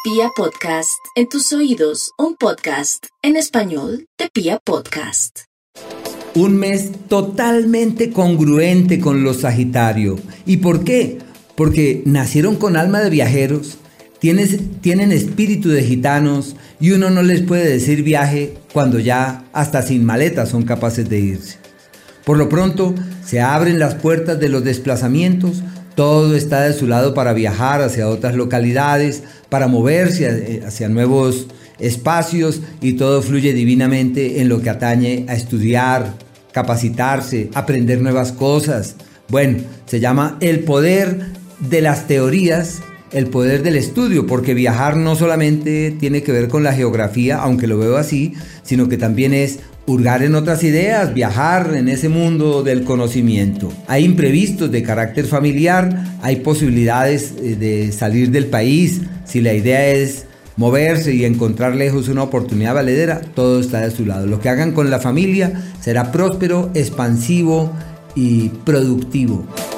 Pia Podcast, en tus oídos, un podcast en español de Pia Podcast. Un mes totalmente congruente con los Sagitario. ¿Y por qué? Porque nacieron con alma de viajeros, tienen espíritu de gitanos y uno no les puede decir viaje cuando ya hasta sin maletas son capaces de irse. Por lo pronto se abren las puertas de los desplazamientos, todo está de su lado para viajar hacia otras localidades, para moverse hacia nuevos espacios y todo fluye divinamente en lo que atañe a estudiar, capacitarse, aprender nuevas cosas. Bueno, se llama el poder de las teorías, el poder del estudio, porque viajar no solamente tiene que ver con la geografía, aunque lo veo así, sino que también es hurgar en otras ideas, viajar en ese mundo del conocimiento. Hay imprevistos de carácter familiar, hay posibilidades de salir del país. Si la idea es moverse y encontrar lejos una oportunidad valedera, todo está de su lado. Lo que hagan con la familia será próspero, expansivo y productivo.